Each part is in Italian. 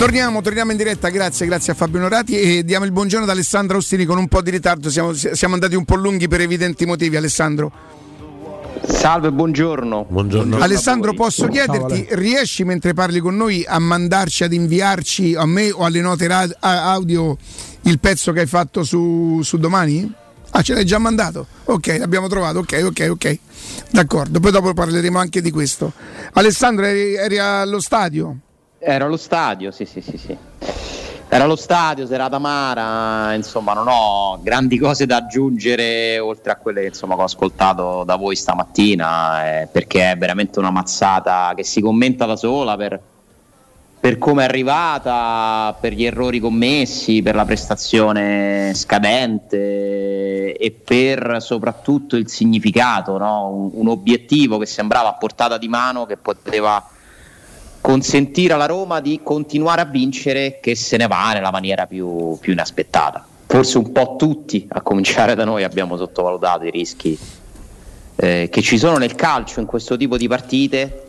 Torniamo in diretta, grazie a Fabio Norati, e diamo il buongiorno ad Alessandro Ostini con un po' di ritardo, siamo andati un po' lunghi per evidenti motivi. Alessandro. Salve, buongiorno. Alessandro, posso chiederti, riesci mentre parli con noi a mandarci, ad inviarci a me o alle note audio il pezzo che hai fatto su Domani? Ah, ce l'hai già mandato? Ok, l'abbiamo trovato, ok. D'accordo, poi dopo parleremo anche di questo. Alessandro, eri allo stadio? Ero allo stadio, sì. Era allo stadio, serata amara, insomma non ho grandi cose da aggiungere oltre a quelle che ho ascoltato da voi stamattina, perché è veramente una mazzata che si commenta da sola per come è arrivata, per gli errori commessi, per la prestazione scadente e per soprattutto il significato, no? Un obiettivo che sembrava a portata di mano, che poteva consentire alla Roma di continuare a vincere, che se ne va nella maniera più inaspettata. Forse un po' tutti, a cominciare da noi, abbiamo sottovalutato i rischi che ci sono nel calcio in questo tipo di partite,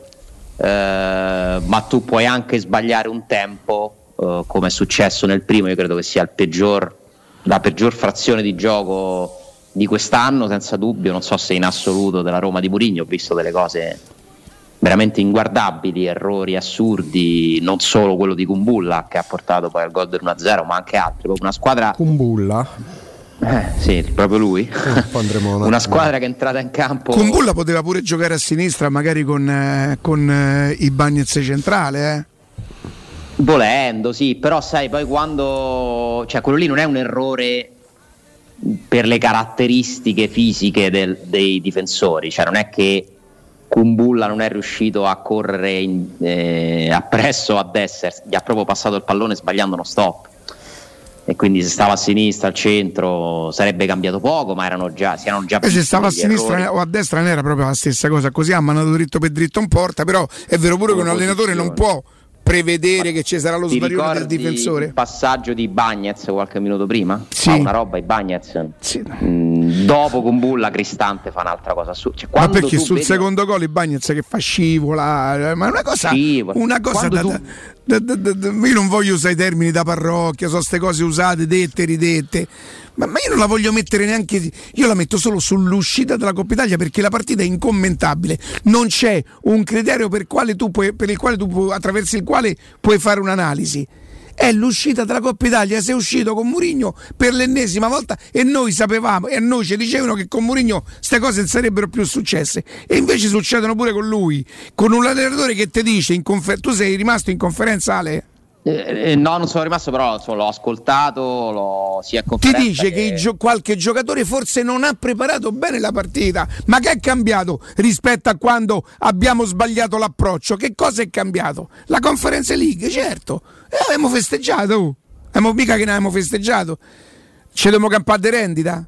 ma tu puoi anche sbagliare un tempo, come è successo nel primo. Io credo che sia la peggior frazione di gioco di quest'anno, senza dubbio. Non so se in assoluto della Roma di Mourinho, ho visto delle cose veramente inguardabili, errori assurdi, non solo quello di Kumbulla che ha portato poi al gol del 1-0, ma anche altri. Proprio una squadra. Kumbulla? Sì, proprio lui. Una squadra che è entrata in campo. Kumbulla poteva pure giocare a sinistra, magari con i Bagnez centrale, volendo, sì, però sai, poi quando, cioè, quello lì non è un errore per le caratteristiche fisiche dei difensori, cioè non è che Kumbulla non è riuscito a correre appresso a destra, gli ha proprio passato il pallone sbagliando uno stop, e quindi se stava a sinistra, al centro sarebbe cambiato poco, ma si erano già se stava a sinistra errori. O a destra non era proprio la stessa cosa, così ha mandato dritto per dritto in porta. Però è vero pure che un allenatore non può prevedere che ci sarà lo svarione del difensore. Il passaggio di Bagnez qualche minuto prima? Sì. Fa una roba di Bagnez. Sì. Dopo Kumbulla Cristante fa un'altra cosa. Cioè, ma perché sul secondo gol il Bagnez che fa scivola, ma una cosa io non voglio usare i termini da parrocchia, sono ste cose usate, dette, ridette, ma io non la voglio mettere neanche, io la metto solo sull'uscita della Coppa Italia, perché la partita è incommentabile, non c'è un criterio attraverso il quale puoi fare un'analisi. È l'uscita della Coppa Italia. Sei uscito con Mourinho per l'ennesima volta e noi sapevamo, e a noi ci dicevano che con Mourinho queste cose non sarebbero più successe, e invece succedono pure con lui, con un allenatore che ti dice tu sei rimasto in conferenza, Ale? No, non sono rimasto, però l'ho ascoltato, sia ti dice che qualche giocatore forse non ha preparato bene la partita. Ma che è cambiato rispetto a quando abbiamo sbagliato l'approccio? Che cosa è cambiato? La Conference League, certo, abbiamo festeggiato, mica che ne abbiamo festeggiato. Ci dobbiamo campare di rendita?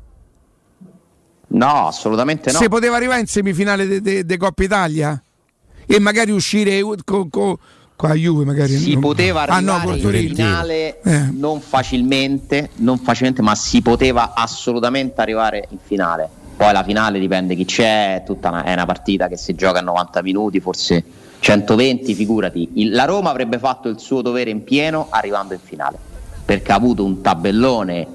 No, assolutamente no. Se poteva arrivare in semifinale di Coppa Italia e magari uscire con la Juve, magari si poteva arrivare in finale, non facilmente, ma si poteva assolutamente arrivare in finale. Poi la finale dipende chi c'è, è una partita che si gioca a 90 minuti, forse 120, figurati. La Roma avrebbe fatto il suo dovere in pieno arrivando in finale, perché ha avuto un tabellone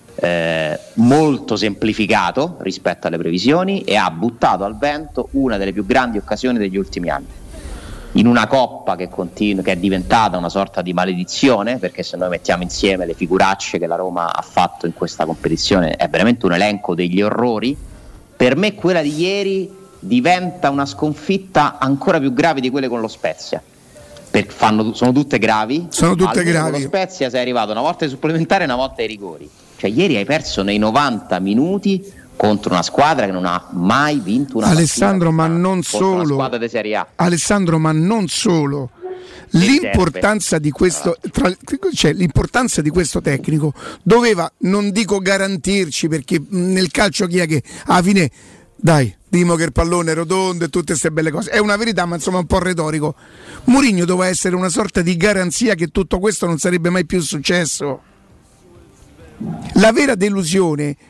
molto semplificato rispetto alle previsioni e ha buttato al vento una delle più grandi occasioni degli ultimi anni, in una coppa che è diventata una sorta di maledizione, perché se noi mettiamo insieme le figuracce che la Roma ha fatto in questa competizione è veramente un elenco degli orrori. Per me quella di ieri diventa una sconfitta ancora più grave di quelle con lo Spezia, sono tutte gravi. Con lo Spezia sei arrivato una volta ai supplementari e una volta ai rigori, cioè ieri hai perso nei 90 minuti contro una squadra che non ha mai vinto una Alessandro, ma non solo. Una squadra di Serie A. Alessandro, ma non solo. L'importanza di questo, l'importanza di questo tecnico doveva, non dico garantirci, perché nel calcio chi è che alla fine, dai, dimo che il pallone è rotondo e tutte queste belle cose, è una verità, ma insomma un po' retorico. Mourinho doveva essere una sorta di garanzia che tutto questo non sarebbe mai più successo. La vera delusione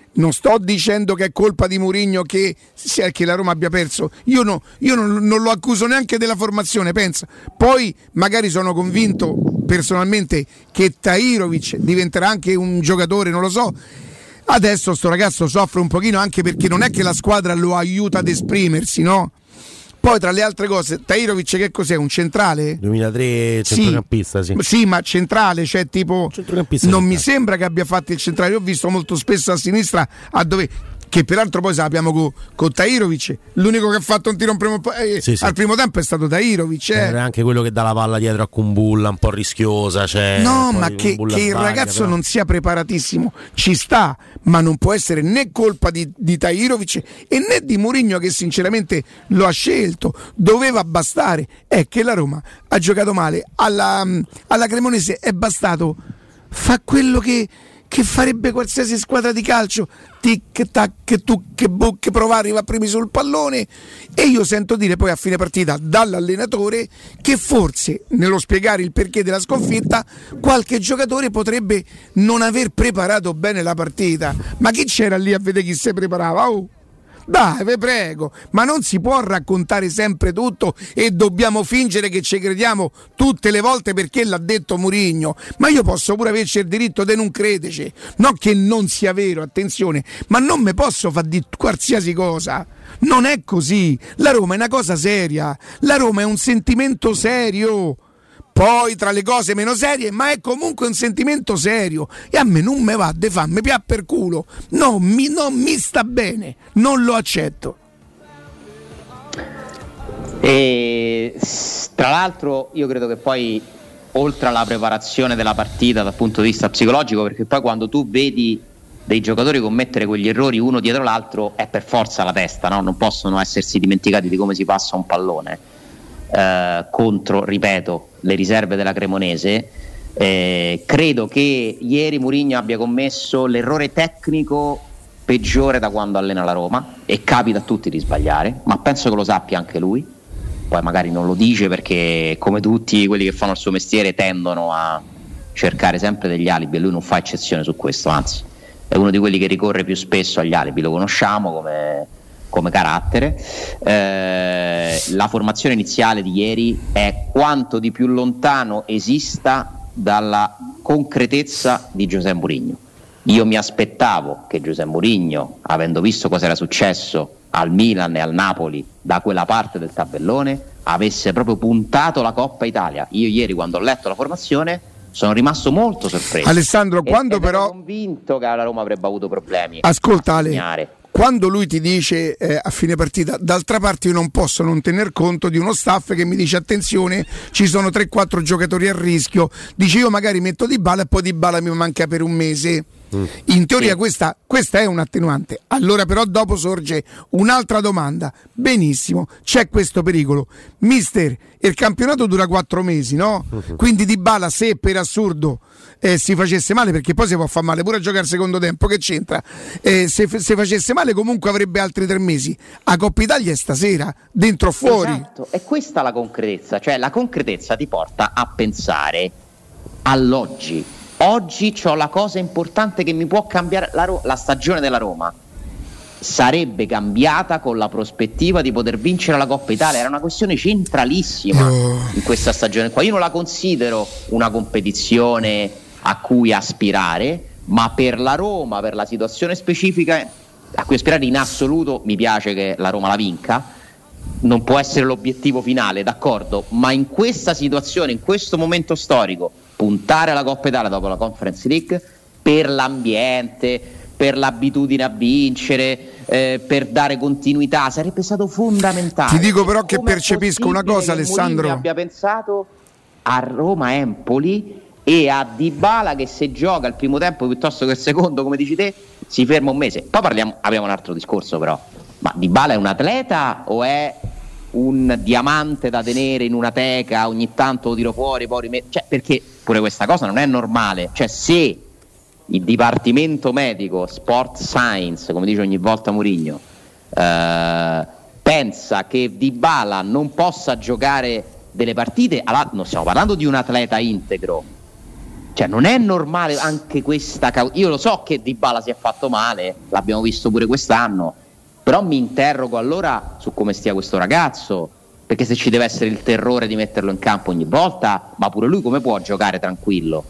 non sto dicendo che è colpa di Mourinho che la Roma abbia perso, io non lo accuso neanche della formazione, pensa. Poi magari sono convinto personalmente che Tahirović diventerà anche un giocatore, non lo so. Adesso sto ragazzo soffre un pochino anche perché non è che la squadra lo aiuta ad esprimersi, no? Poi tra le altre cose, Tahirović che cos'è? Un centrale? 2003 centrocampista, sì. Sì, ma centrale, cioè tipo non mi sembra che abbia fatto il centrale, io ho visto molto spesso a sinistra che peraltro poi sappiamo con Tahirović, l'unico che ha fatto un tiro al primo tempo è stato Tahirović. Era anche quello che dà la palla dietro a Kumbulla, un po' rischiosa. No, ma che il ragazzo però non sia preparatissimo, ci sta, ma non può essere né colpa di Tahirović e né di Mourinho che sinceramente lo ha scelto. Doveva bastare, è che la Roma ha giocato male, alla Cremonese è bastato, fa quello che farebbe qualsiasi squadra di calcio, tic tac, che provare, va primi sul pallone, e io sento dire poi a fine partita dall'allenatore che forse nello spiegare il perché della sconfitta qualche giocatore potrebbe non aver preparato bene la partita. Ma chi c'era lì a vedere chi si preparava? Dai, ve prego, ma non si può raccontare sempre tutto e dobbiamo fingere che ci crediamo tutte le volte perché l'ha detto Mourinho. Ma io posso pure averci il diritto di non crederci, non che non sia vero, attenzione, ma non mi posso far di qualsiasi cosa. Non è così, la Roma è una cosa seria, la Roma è un sentimento serio. Poi tra le cose meno serie, ma è comunque un sentimento serio e a me non me va de farmi pià per culo, non mi sta bene, non lo accetto. E tra l'altro io credo che poi oltre alla preparazione della partita dal punto di vista psicologico, perché poi quando tu vedi dei giocatori commettere quegli errori uno dietro l'altro è per forza la testa, no? Non possono essersi dimenticati di come si passa un pallone. Contro, ripeto, le riserve della Cremonese, credo che ieri Mourinho abbia commesso l'errore tecnico peggiore da quando allena la Roma, e capita a tutti di sbagliare, ma penso che lo sappia anche lui. Poi magari non lo dice perché, come tutti quelli che fanno il suo mestiere, tendono a cercare sempre degli alibi, e lui non fa eccezione su questo, anzi è uno di quelli che ricorre più spesso agli alibi, lo conosciamo come carattere. La formazione iniziale di ieri è quanto di più lontano esista dalla concretezza di José Mourinho. Io mi aspettavo che José Mourinho, avendo visto cosa era successo al Milan e al Napoli da quella parte del tabellone, avesse proprio puntato la Coppa Italia. Io ieri, quando ho letto la formazione, sono rimasto molto sorpreso. Alessandro, quando però ero convinto che la Roma avrebbe avuto problemi. Ascolta Ale, quando lui ti dice a fine partita, d'altra parte io non posso non tener conto di uno staff che mi dice attenzione, ci sono 3-4 giocatori a rischio, dice io magari metto Dybala e poi Dybala mi manca per un mese. In teoria questa è un attenuante. Allora però dopo sorge un'altra domanda. Benissimo, c'è questo pericolo. Mister, il campionato dura 4 mesi, no? Quindi Dybala, se per assurdo si facesse male, perché poi si può far male pure a giocare al secondo tempo, che c'entra? Se facesse male comunque avrebbe altri 3 mesi. A Coppa Italia è stasera, dentro o fuori. Esatto, è questa la concretezza. Cioè la concretezza ti porta a pensare all'oggi. Oggi c'ho la cosa importante che mi può cambiare la stagione della Roma. Sarebbe cambiata con la prospettiva di poter vincere la Coppa Italia. Era una questione centralissima in questa stagione qua. Io non la considero una competizione a cui aspirare, ma per la Roma, per la situazione specifica a cui aspirare in assoluto, mi piace che la Roma la vinca. Non può essere l'obiettivo finale, d'accordo, ma in questa situazione, in questo momento storico, puntare alla Coppa Italia dopo la Conference League, per l'ambiente, per l'abitudine a vincere, per dare continuità, sarebbe stato fondamentale. Ti dico però che percepisco una cosa, Alessandro. Mourinho abbia pensato a Roma-Empoli e a Dybala che se gioca il primo tempo piuttosto che il secondo, come dici te, si ferma un mese. Poi abbiamo un altro discorso però. Ma Dybala è un atleta o è un diamante da tenere in una teca, ogni tanto lo tiro fuori, poi rimetto? Cioè, perché pure questa cosa non è normale. Cioè, se il dipartimento medico, sport science, come dice ogni volta Mourinho, pensa che Dybala non possa giocare delle partite, allora non stiamo parlando di un atleta integro, Cioè non è normale anche questa io lo so che Dybala si è fatto male, l'abbiamo visto pure quest'anno, però mi interrogo allora su come stia questo ragazzo, perché se ci deve essere il terrore di metterlo in campo ogni volta, ma pure lui come può giocare tranquillo?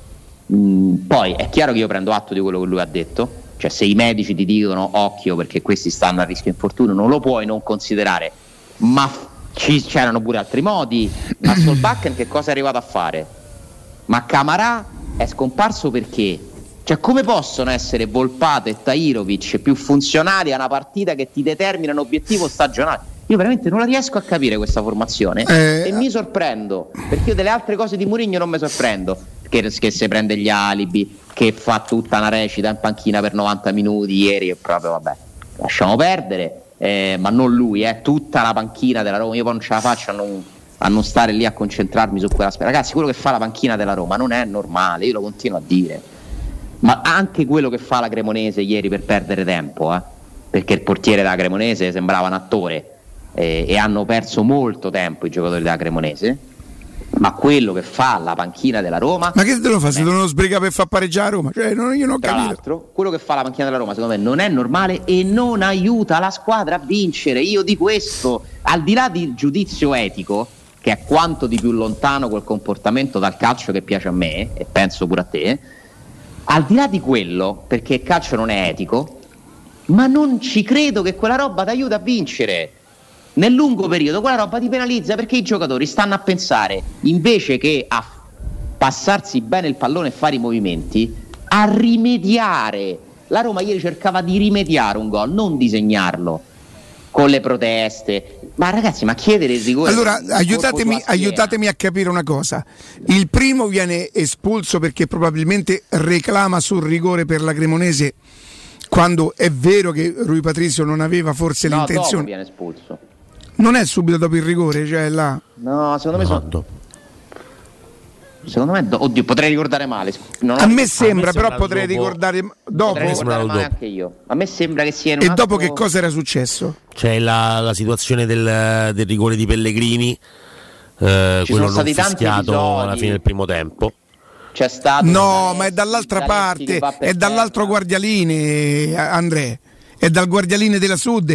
Poi è chiaro che io prendo atto di quello che lui ha detto, cioè se i medici ti dicono occhio perché questi stanno a rischio infortunio non lo puoi non considerare, ma c'erano pure altri modi. Ma Solbakken che cosa è arrivato a fare? Ma Camarà è scomparso perché? Cioè come possono essere Volpato e Tahirovic più funzionali a una partita che ti determina un obiettivo stagionale? Io veramente non la riesco a capire questa formazione e mi sorprendo, perché io delle altre cose di Mourinho non mi sorprendo, che se prende gli alibi, che fa tutta una recita in panchina per 90 minuti ieri e proprio vabbè, lasciamo perdere, ma non lui, tutta la panchina della Roma, io poi non ce la faccio a non stare lì a concentrarmi su quella ragazzi, quello che fa la panchina della Roma non è normale, io lo continuo a dire, ma anche quello che fa la Cremonese ieri per perdere tempo, perché il portiere della Cremonese sembrava un attore, e hanno perso molto tempo i giocatori della Cremonese, ma quello che fa la panchina della Roma, ma che te lo fa? Se devono sbrigare per far pareggiare a Roma, cioè, io non ho tra capito. l'altro quello che fa la panchina della Roma secondo me non è normale e non aiuta la squadra a vincere. Io di questo, al di là di giudizio etico, che è quanto di più lontano quel comportamento dal calcio che piace a me e penso pure a te, al di là di quello, perché il calcio non è etico, ma non ci credo che quella roba ti aiuta a vincere. Nel lungo periodo quella roba ti penalizza, perché i giocatori stanno a pensare, invece che a passarsi bene il pallone e fare i movimenti, a rimediare. La Roma ieri cercava di rimediare un gol, non disegnarlo con le proteste. Ma ragazzi, ma chiedere il rigore. Allora aiutatemi a capire una cosa. Il primo viene espulso perché probabilmente reclama sul rigore per la Cremonese, quando è vero che Rui Patricio non aveva forse l'intenzione. Dopo viene espulso. Non è subito dopo il rigore, cioè là. No, secondo me Secondo me oddio, potrei ricordare male. A me sembra, però potrei ricordare dopo. Potrei ricordare male anche io. A me sembra che sia in un E dopo che cosa era successo? C'è la situazione del rigore di Pellegrini, quello non fischiato alla fine del primo tempo. C'è stato ma è dall'altra parte, è dall'altro guardialine, Andrea. È dal guardialine della Sud,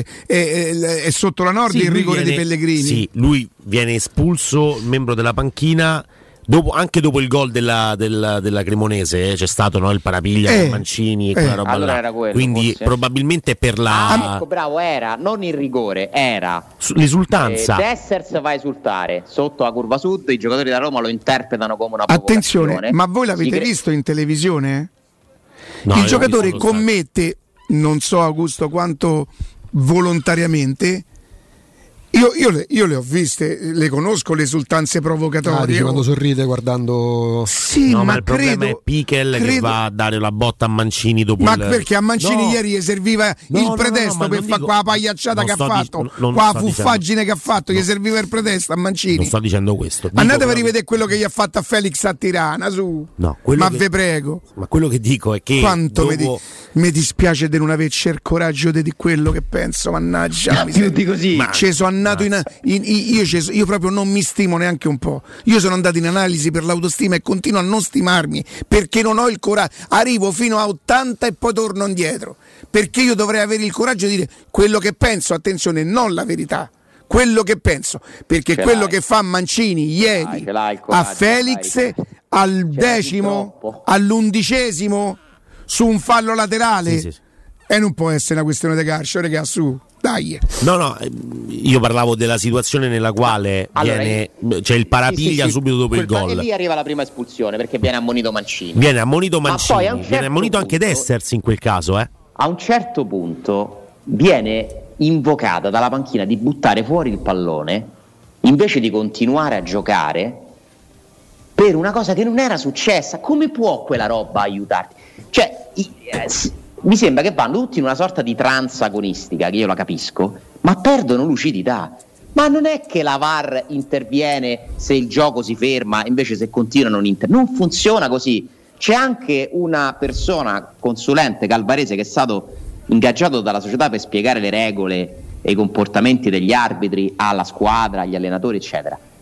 è sotto la Nord, il rigore di Pellegrini. Sì, lui viene espulso, membro della panchina, anche dopo il gol della Cremonese, c'è stato il parapiglia con Mancini e quella roba allora là. Era quello, quindi forse. Probabilmente per la ecco, bravo, era non il rigore, era l'esultanza. Dessers va a esultare sotto la curva sud, i giocatori da Roma lo interpretano come una provocazione. Attenzione, ma voi l'avete visto in televisione? No, il giocatore commette, non so Augusto quanto volontariamente, io le ho viste, le conosco le esultanze provocatorie. Dice quando sorride guardando. Sì, ma il problema è Pichel che va a dare la botta a Mancini dopo perché a Mancini ieri gli serviva il pretesto per fare qua la pagliacciata che ha fatto, qua la fuffaggine che ha fatto, gli serviva il pretesto a Mancini. Non sto dicendo questo. Andatevi a rivedere quello che gli ha fatto a Felix a Tirana, su. Ma ve prego. Ma quello che dico è che quanto mi dispiace di non averci il coraggio di quello che penso, mannaggia. Più di così. Io proprio non mi stimo neanche un po'. Io sono andato in analisi per l'autostima e continuo a non stimarmi perché non ho il coraggio. Arrivo fino a 80 e poi torno indietro, perché io dovrei avere il coraggio di dire quello che penso, attenzione, non la verità, quello che penso, perché quello che fa Mancini ieri a Felix al decimo, all'11° su un fallo laterale, sì. E non può essere una questione di calcio, raga, su. Dai. No, io parlavo della situazione nella quale c'è il parapiglia subito dopo il gol. E lì arriva la prima espulsione perché viene ammonito Mancini. Viene ammonito Mancini, viene ammonito punto, anche Dessers in quel caso. A un certo punto viene invocata dalla panchina di buttare fuori il pallone invece di continuare a giocare per una cosa che non era successa. Come può quella roba aiutarti? Cioè, mi sembra che vanno tutti in una sorta di trance agonistica, che io la capisco, ma perdono lucidità. Ma non è che la VAR interviene se il gioco si ferma, invece se continua non funziona così. C'è anche una persona, consulente Calvarese, che è stato ingaggiato dalla società per spiegare le regole e i comportamenti degli arbitri alla squadra, agli allenatori, eccetera.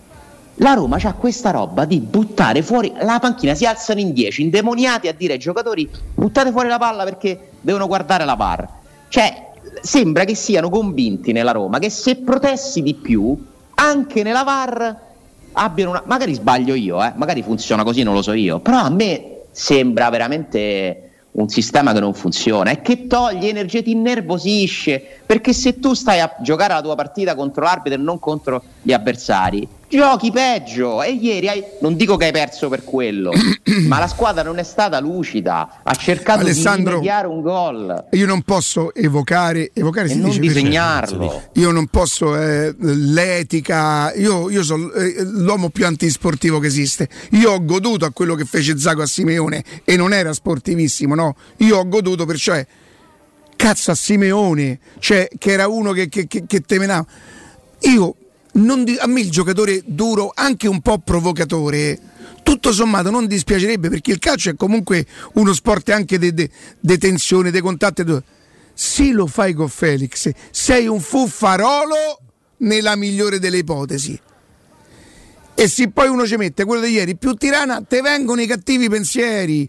La Roma c'ha questa roba di buttare fuori la panchina, si alzano in 10 indemoniati a dire ai giocatori buttate fuori la palla perché devono guardare la VAR. Cioè sembra che siano convinti nella Roma che se protesti di più anche nella VAR abbiano una... magari sbaglio io, magari funziona così, non lo so io, però a me sembra veramente un sistema che non funziona e che toglie energia, ti innervosisce, perché se tu stai a giocare la tua partita contro l'arbitro e non contro gli avversari giochi peggio, e ieri non dico che hai perso per quello ma la squadra non è stata lucida, ha cercato Alessandro, di rimediare un gol. Io non posso evocare e si non dice disegnarlo. Io non posso l'etica, io sono l'uomo più antisportivo che esiste. Io ho goduto a quello che fece Zago a Simeone e non era sportivissimo, no? Io ho goduto, perciò cazzo a Simeone, cioè che era uno che temenava. A me il giocatore duro, anche un po' provocatore, tutto sommato non dispiacerebbe, perché il calcio è comunque uno sport anche di tensione, dei contatti. Se lo fai con Felix sei un fuffarolo nella migliore delle ipotesi, e se poi uno ci mette quello di ieri più Tirana, ti vengono i cattivi pensieri,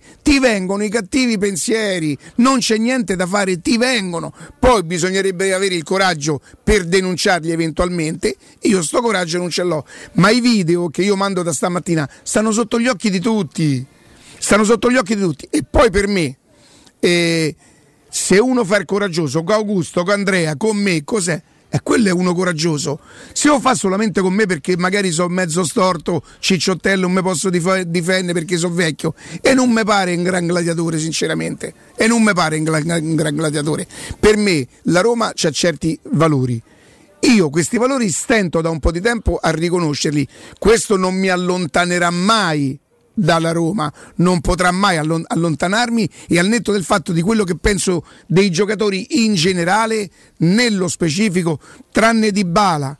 non c'è niente da fare, ti vengono. Poi bisognerebbe avere il coraggio per denunciarli eventualmente. Io sto coraggio non ce l'ho, ma i video che io mando da stamattina stanno sotto gli occhi di tutti, e poi per me se uno fa il coraggioso con Augusto, con Andrea, con me, cos'è? E quello è uno coraggioso. Se lo fa solamente con me perché magari sono mezzo storto, cicciottello, non mi posso difendere perché sono vecchio, e non mi pare un gran gladiatore, sinceramente, un gran gladiatore. Per me la Roma c'ha certi valori, io questi valori stento da un po' di tempo a riconoscerli. Questo non mi allontanerà mai dalla Roma, non potrà mai allontanarmi, e al netto del fatto di quello che penso dei giocatori in generale, nello specifico, tranne Dybala,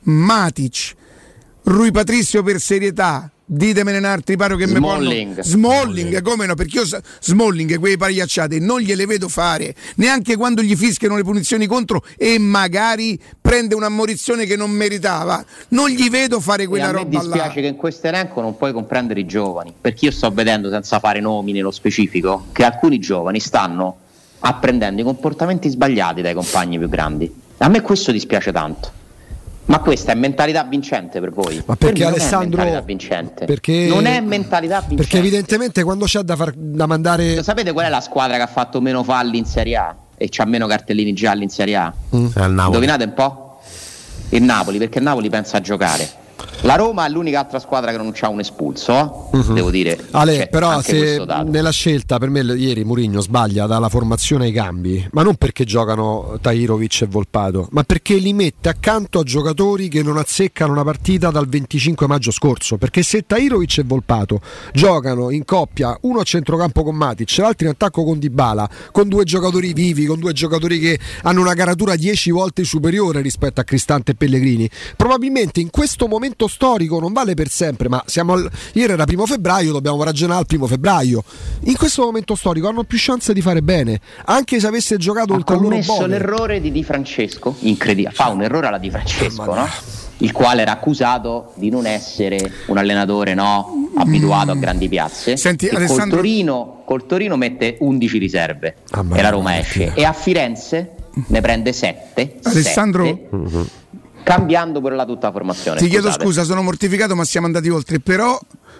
Matic, Rui Patricio per serietà, ditemene un altro, paro che Smalling, come no, perché io Smalling quelle pagliacciate non gliele vedo fare, neanche quando gli fischiano le punizioni contro e magari prende un'ammonizione che non meritava, non gli vedo fare quella roba là. A me dispiace che in questo elenco non puoi comprendere i giovani, perché io sto vedendo, senza fare nomi nello specifico, che alcuni giovani stanno apprendendo i comportamenti sbagliati dai compagni più grandi. A me questo dispiace tanto. Ma questa è mentalità vincente per voi? Ma perché per Alessandro? Non è mentalità vincente. Perché non è mentalità vincente. Perché evidentemente quando c'è da mandare. Lo sapete qual è la squadra che ha fatto meno falli in Serie A e c'ha meno cartellini gialli in Serie A? Indovinate un po'? Il Napoli, perché il Napoli pensa a giocare. La Roma è l'unica altra squadra che non c'ha un espulso, devo dire. Ale, però se nella scelta, per me ieri Mourinho sbaglia dalla formazione ai cambi, ma non perché giocano Tahirovic e Volpato, ma perché li mette accanto a giocatori che non azzeccano una partita dal 25 maggio scorso. Perché se Tahirovic e Volpato giocano in coppia, uno a centrocampo con Matic, l'altro in attacco con Dybala, con due giocatori vivi, con due giocatori che hanno una caratura 10 volte superiore rispetto a Cristante e Pellegrini, probabilmente in questo momento storico, non vale per sempre, ma ieri era 1 febbraio, dobbiamo ragionare al 1 febbraio. In questo momento storico hanno più chance di fare bene, anche se avesse giocato ha oltre al loro commesso l'errore di Di Francesco, incredibile, fa un errore alla Di Francesco, no? Il quale era accusato di non essere un allenatore abituato a grandi piazze. Senti, e Alessandro... col Torino mette 11 riserve e la Roma esce, e a Firenze ne prende 7. Alessandro, cambiando pure tutta la formazione. Ti chiedo scusa, sono mortificato, ma siamo andati oltre. Però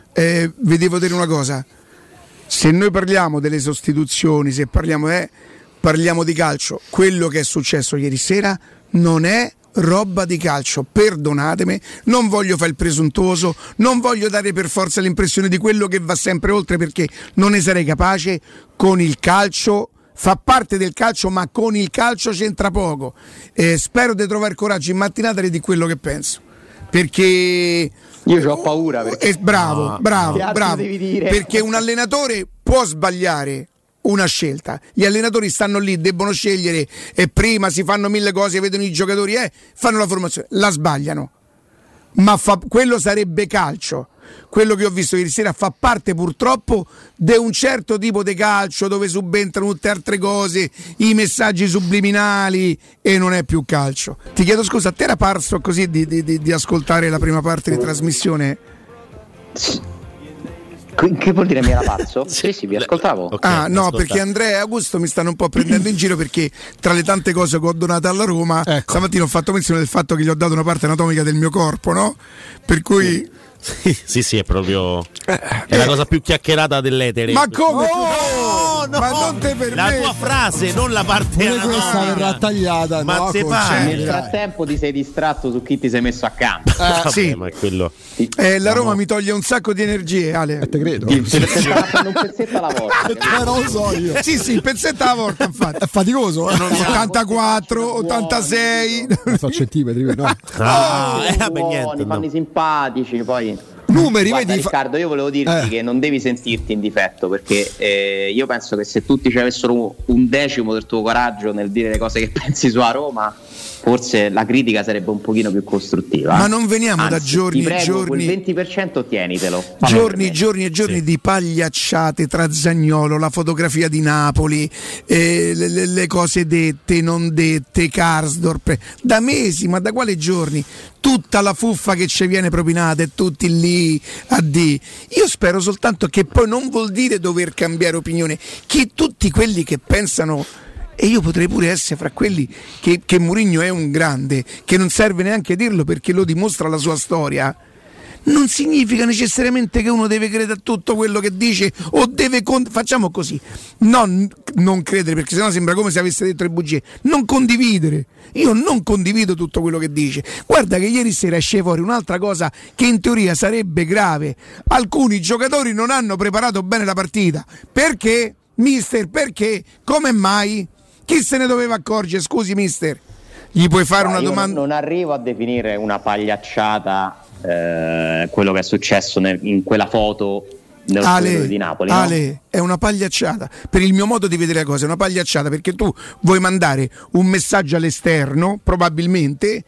vi devo dire una cosa: se noi parliamo delle sostituzioni, se parliamo di calcio, quello che è successo ieri sera non è roba di calcio, perdonatemi, non voglio fare il presuntuoso, non voglio dare per forza l'impressione di quello che va sempre oltre, perché non ne sarei capace. Con il calcio, fa parte del calcio, ma con il calcio c'entra poco. Spero di trovare coraggio in mattinata di quello che penso, perché io ho paura, perché... bravo, perché un allenatore può sbagliare una scelta, gli allenatori stanno lì, debbono scegliere, e prima si fanno 1000 cose, vedono i giocatori, fanno la formazione, la sbagliano, ma quello sarebbe calcio. quello che ho visto ieri sera fa parte purtroppo di un certo tipo di calcio dove subentrano tutte altre cose, i messaggi subliminali, e non è più calcio. Ti chiedo scusa, a te era parso così di ascoltare la prima parte di trasmissione? Che vuol dire mi era pazzo? Sì, vi ascoltavo. Okay, no, perché Andrea e Augusto mi stanno un po' prendendo in giro, perché tra le tante cose che ho donato alla Roma, stamattina ho fatto menzione del fatto che gli ho dato una parte anatomica del mio corpo, no? Per cui sì, è proprio è la cosa più chiacchierata dell'etere. Ma come? No, ma non te permetti. La tua frase, non la parte questa verrà tagliata. Ma no, nel frattempo ti sei distratto su chi ti sei messo accanto. Sì, ma è quello. La Roma mi toglie un sacco di energie, Ale. Te credo. Un pezzetto alla volta. Non lo so io. Sì, un pezzetto alla volta, infatti. È faticoso. 84, 86. Non so centimetri, no? Buoni, fanno i simpatici, poi. Numeri, guarda, vedi, Riccardo, io volevo dirti che non devi sentirti in difetto, perché io penso che se tutti ci avessero un decimo del tuo coraggio nel dire le cose che pensi su a Roma, forse la critica sarebbe un pochino più costruttiva. Ma non veniamo anzi, da giorni ti prego, giorni, quel 20% tienitelo. Giorni di pagliacciate tra Zaniolo, la fotografia di Napoli, le cose dette, non dette, Karsdorp, da mesi, ma da quali giorni? Tutta la fuffa che ci viene propinata e tutti lì a di. Io spero soltanto che poi non vuol dire dover cambiare opinione, che tutti quelli che pensano, e io potrei pure essere fra quelli che Mourinho è un grande, che non serve neanche dirlo perché lo dimostra la sua storia, non significa necessariamente che uno deve credere a tutto quello che dice o deve facciamo così, non credere, perché sennò sembra come se avesse detto le bugie, non condividere. Io non condivido tutto quello che dice. Guarda che ieri sera esce fuori un'altra cosa che in teoria sarebbe grave: alcuni giocatori non hanno preparato bene la partita. Perché? Mister, perché? Come mai? Chi se ne doveva accorgere? Scusi mister, gli puoi fare una domanda? Non arrivo a definire una pagliacciata quello che è successo in quella foto nello stadio di Napoli. Ale, no? È una pagliacciata. Per il mio modo di vedere le cose è una pagliacciata, perché tu vuoi mandare un messaggio all'esterno, probabilmente.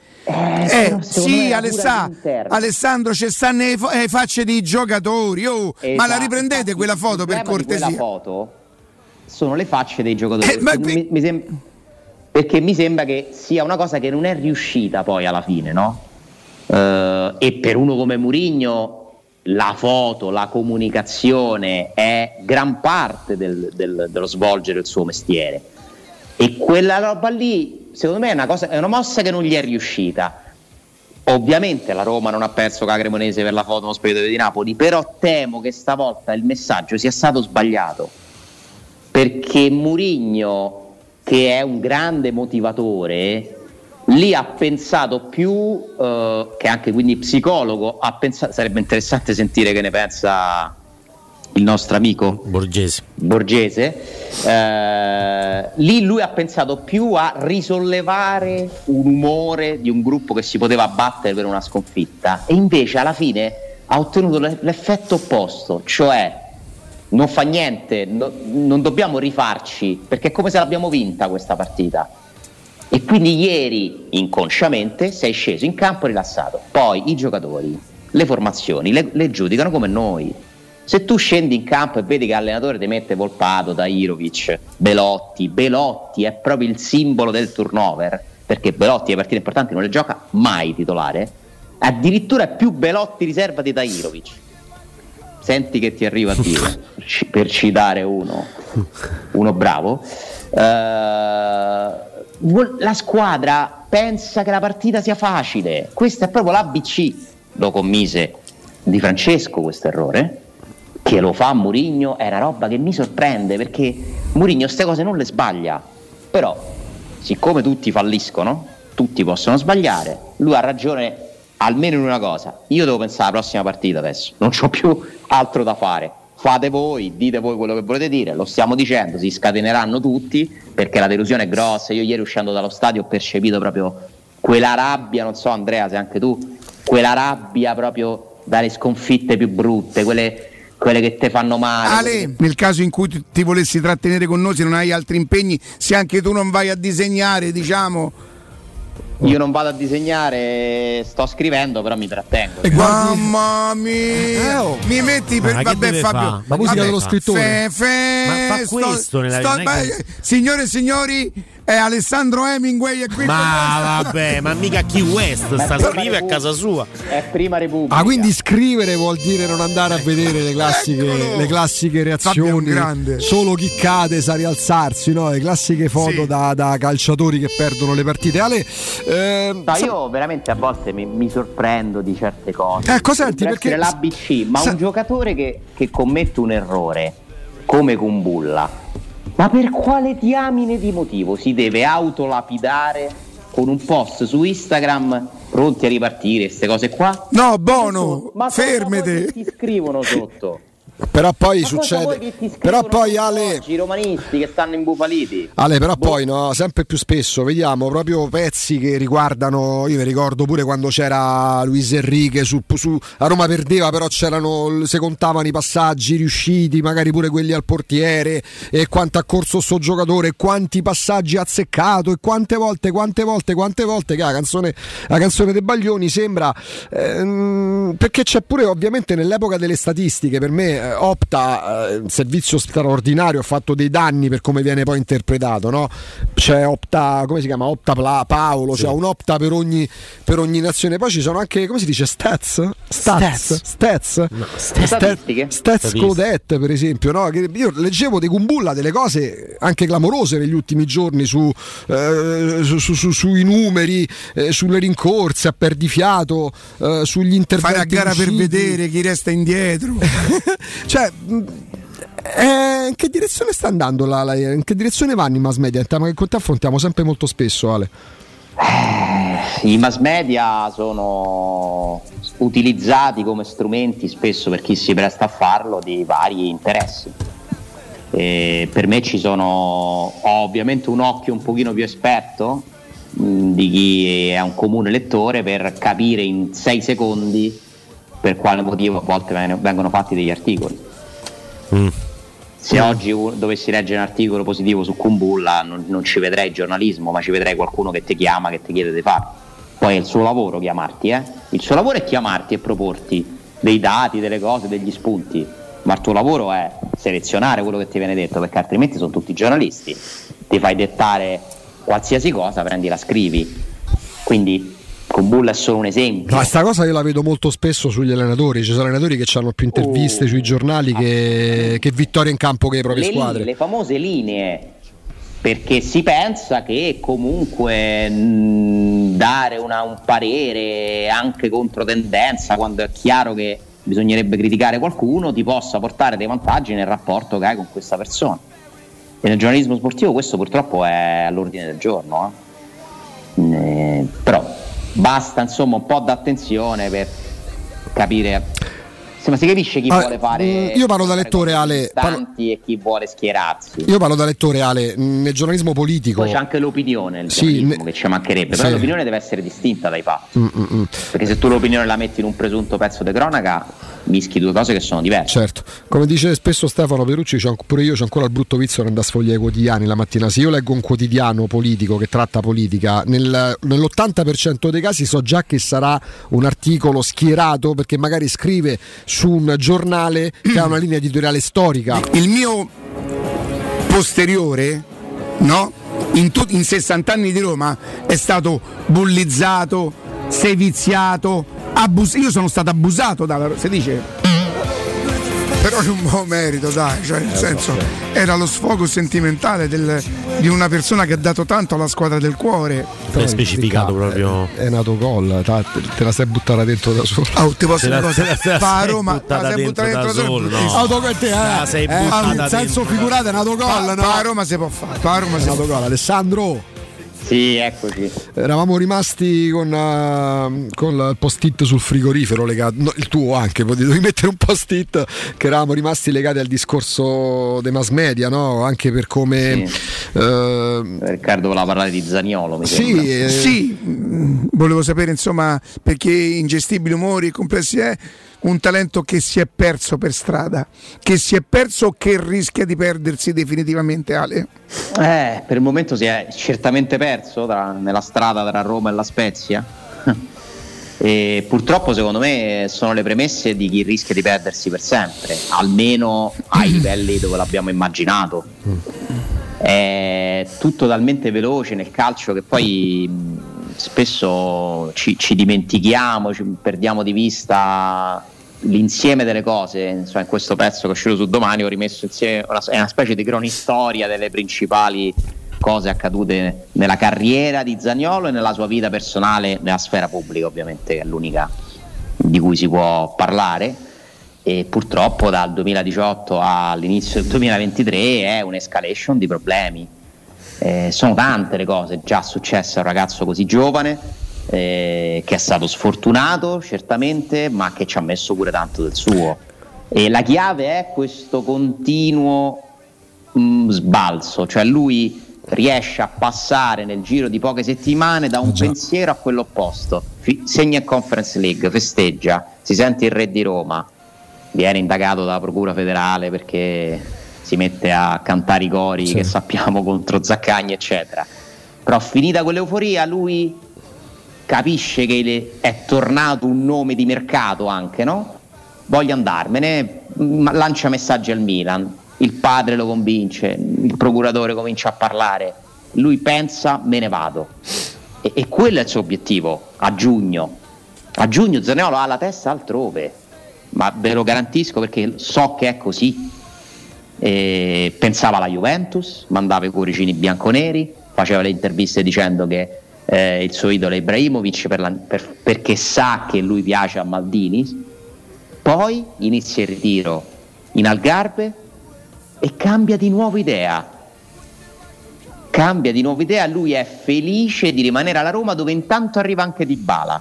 Sì, Alessandro, ci stanno le facce dei giocatori. Esatto. Ma la riprendete quella foto, per cortesia? Quella foto sono le facce dei giocatori. Perché mi sembra che sia una cosa che non è riuscita poi alla fine, no? E per uno come Mourinho la foto, la comunicazione è gran parte dello svolgere il suo mestiere, e quella roba lì secondo me è una mossa che non gli è riuscita. Ovviamente la Roma non ha perso con la Cremonese per la foto nello spogliatoio di Napoli, però temo che stavolta il messaggio sia stato sbagliato, perché Mourinho, che è un grande motivatore, lì ha pensato più, che anche quindi psicologo, sarebbe interessante sentire che ne pensa il nostro amico Borgese. Lì lui ha pensato più a risollevare un umore di un gruppo che si poteva abbattere per una sconfitta, e invece alla fine ha ottenuto l'effetto opposto, cioè non fa niente, non dobbiamo rifarci, perché è come se l'abbiamo vinta questa partita. E quindi ieri inconsciamente sei sceso in campo rilassato. Poi i giocatori, le formazioni le giudicano come noi. Se tu scendi in campo e vedi che l'allenatore ti mette Volpato, Tahirovic, Belotti è proprio il simbolo del turnover, perché Belotti le partite importanti non le gioca mai titolare, addirittura è più Belotti riserva di Tahirovic. Senti che ti arriva a dire, per citare uno bravo. La squadra pensa che la partita sia facile, questo è proprio l'ABC. Lo commise Di Francesco questo errore, che lo fa Mourinho, è una roba che mi sorprende, perché Mourinho queste cose non le sbaglia, però siccome tutti falliscono, tutti possono sbagliare, lui ha ragione almeno in una cosa: io devo pensare alla prossima partita adesso, non c'ho più altro da fare. Fate voi, dite voi quello che volete dire, lo stiamo dicendo, si scateneranno tutti perché la delusione è grossa. Io ieri uscendo dallo stadio ho percepito proprio quella rabbia, non so Andrea se anche tu, quella rabbia proprio dalle sconfitte più brutte, quelle che te fanno male. Ale, nel caso in cui ti volessi trattenere con noi, se non hai altri impegni, se anche tu non vai a disegnare, diciamo, Io non vado a disegnare, sto scrivendo, però mi trattengo. Mamma mia, mi metti per vabbè Fabio, la musica dello scrittore. Ma fa questo nella vita. Signore e signori, è Alessandro Hemingway è qui. Ma vabbè, ma mica Key West sta a scrivere a casa sua. È Prima Repubblica. Ah, quindi scrivere vuol dire non andare a vedere le classiche reazioni, solo chi cade sa rialzarsi, no? Le classiche foto da calciatori che perdono le partite. Ale, io veramente a volte mi sorprendo di certe cose. Senti, perché l'ABC, ma un giocatore che commette un errore come Kumbulla, ma per quale diamine di motivo si deve autolapidare con un post su Instagram pronti a ripartire, queste cose qua? No, Bono, ma fermete. Ti scrivono sotto. Però poi succede. Però poi Ale, i romanisti che stanno imbufaliti. Ale, però poi no, sempre più spesso vediamo proprio pezzi che riguardano. Io mi ricordo pure quando c'era Luis Enrique su a Roma perdeva, però si contavano i passaggi riusciti, magari pure quelli al portiere, e quanto ha corso sto giocatore, quanti passaggi ha azzeccato, e quante volte che la canzone dei Baglioni sembra perché c'è pure ovviamente nell'epoca delle statistiche, per me Opta, servizio straordinario, ha fatto dei danni per come viene poi interpretato, no? C'è Opta, come si chiama? Opta Paolo, sì. C'è un Opta per ogni nazione. Poi ci sono anche, come si dice, Stats Codet, per esempio, no? Che io leggevo di Kumbulla delle cose anche clamorose negli ultimi giorni sui numeri, sulle rincorse a perdifiato, sugli interventi. Fare a gara per vedere chi resta indietro. Cioè, in che direzione sta andando in che direzione vanno i mass media? Un tema che con te affrontiamo sempre molto spesso, Ale. I mass media sono utilizzati come strumenti spesso, per chi si presta a farlo, di vari interessi. Per me ho ovviamente un occhio un pochino più esperto di chi è un comune lettore, per capire in 6 secondi per quale motivo a volte vengono fatti degli articoli. Se oggi dovessi leggere un articolo positivo su Kumbulla, non ci vedrei giornalismo, ma ci vedrei qualcuno che ti chiama, che ti chiede di farlo. Poi è il suo lavoro chiamarti, il suo lavoro è chiamarti e proporti dei dati, delle cose, degli spunti, ma il tuo lavoro è selezionare quello che ti viene detto, perché altrimenti sono tutti giornalisti, ti fai dettare qualsiasi cosa, prendi la scrivi. Quindi Kumbulla è solo un esempio. Ma sta cosa io la vedo molto spesso sugli allenatori. Ci sono allenatori che hanno più interviste sui giornali che vittorie in campo che le proprie squadre. Le famose linee, perché si pensa che comunque dare un parere anche controtendenza, quando è chiaro che bisognerebbe criticare qualcuno, ti possa portare dei vantaggi nel rapporto che hai con questa persona. E nel giornalismo sportivo questo purtroppo è all'ordine del giorno, però basta insomma un po' d'attenzione per capire. Ma si capisce chi vuole fare. Io parlo da lettore, Ale. E chi vuole schierarsi. Io parlo da lettore, Ale. Nel giornalismo politico. Poi c'è anche l'opinione, che ci mancherebbe. Però l'opinione deve essere distinta dai fatti. Perché se tu l'opinione la metti in un presunto pezzo di cronaca, mischi due cose che sono diverse. Certo. Come dice spesso Stefano Perucci, pure io c'ho ancora il brutto vizio di andare a sfogliare i quotidiani la mattina. Se io leggo un quotidiano politico che tratta politica, nell'80% dei casi so già che sarà un articolo schierato, perché magari scrive su un giornale che ha una linea editoriale storica. Il mio posteriore, no? In 60 anni di Roma è stato bullizzato, seviziato, io sono stato abusato si dice, però non ho merito, dai, cioè nel senso era lo sfogo sentimentale di una persona che ha dato tanto alla squadra del cuore. È specificato proprio. È nato gol, te la sei buttata dentro da solo. Ti posso dire una cosa? Va a Roma, te la sei buttata dentro da solo. In senso figurato è nato gol. A Roma si può fare. A Roma si è nato gol. Alessandro. Sì, eccoci. Eravamo rimasti con il post-it sul frigorifero legato, no, il tuo anche, dovevi mettere un post-it, che eravamo rimasti legati al discorso dei mass media, no? Anche per come Riccardo voleva parlare di Zaniolo, mi sembra. Sì, volevo sapere insomma perché ingestibili umori complessi è un talento che si è perso per strada, che si è perso o che rischia di perdersi definitivamente, Ale? Per il momento si è certamente perso nella strada tra Roma e la Spezia. E purtroppo secondo me sono le premesse di chi rischia di perdersi per sempre, almeno ai livelli dove l'abbiamo immaginato. È tutto talmente veloce nel calcio che poi spesso ci dimentichiamo, ci perdiamo di vista l'insieme delle cose. Insomma, in questo pezzo che è uscito su Domani ho rimesso insieme è una specie di cronistoria delle principali cose accadute nella carriera di Zaniolo e nella sua vita personale, nella sfera pubblica ovviamente, che è l'unica di cui si può parlare. E purtroppo dal 2018 all'inizio del 2023 è un'escalation di problemi. Sono tante le cose già successe a un ragazzo così giovane, che è stato sfortunato certamente, ma che ci ha messo pure tanto del suo. E la chiave è questo continuo sbalzo, cioè lui riesce a passare nel giro di poche settimane da un pensiero a quello opposto. Segna in Conference League, festeggia, si sente il re di Roma, viene indagato dalla Procura Federale perché si mette a cantare i cori che sappiamo contro Zaccagni eccetera, però finita quell'euforia lui capisce che è tornato un nome di mercato anche, no? Voglio andarmene, lancia messaggi al Milan, il padre lo convince, il procuratore comincia a parlare, lui pensa me ne vado e quello è il suo obiettivo. A giugno Zaniolo ha la testa altrove, ma ve lo garantisco perché so che è così. Pensava alla Juventus, mandava i cuoricini bianconeri, faceva le interviste dicendo che il suo idolo è Ibrahimovic perché sa che lui piace a Maldini. Poi inizia il ritiro in Algarve e cambia di nuovo idea, lui è felice di rimanere alla Roma, dove intanto arriva anche Dybala.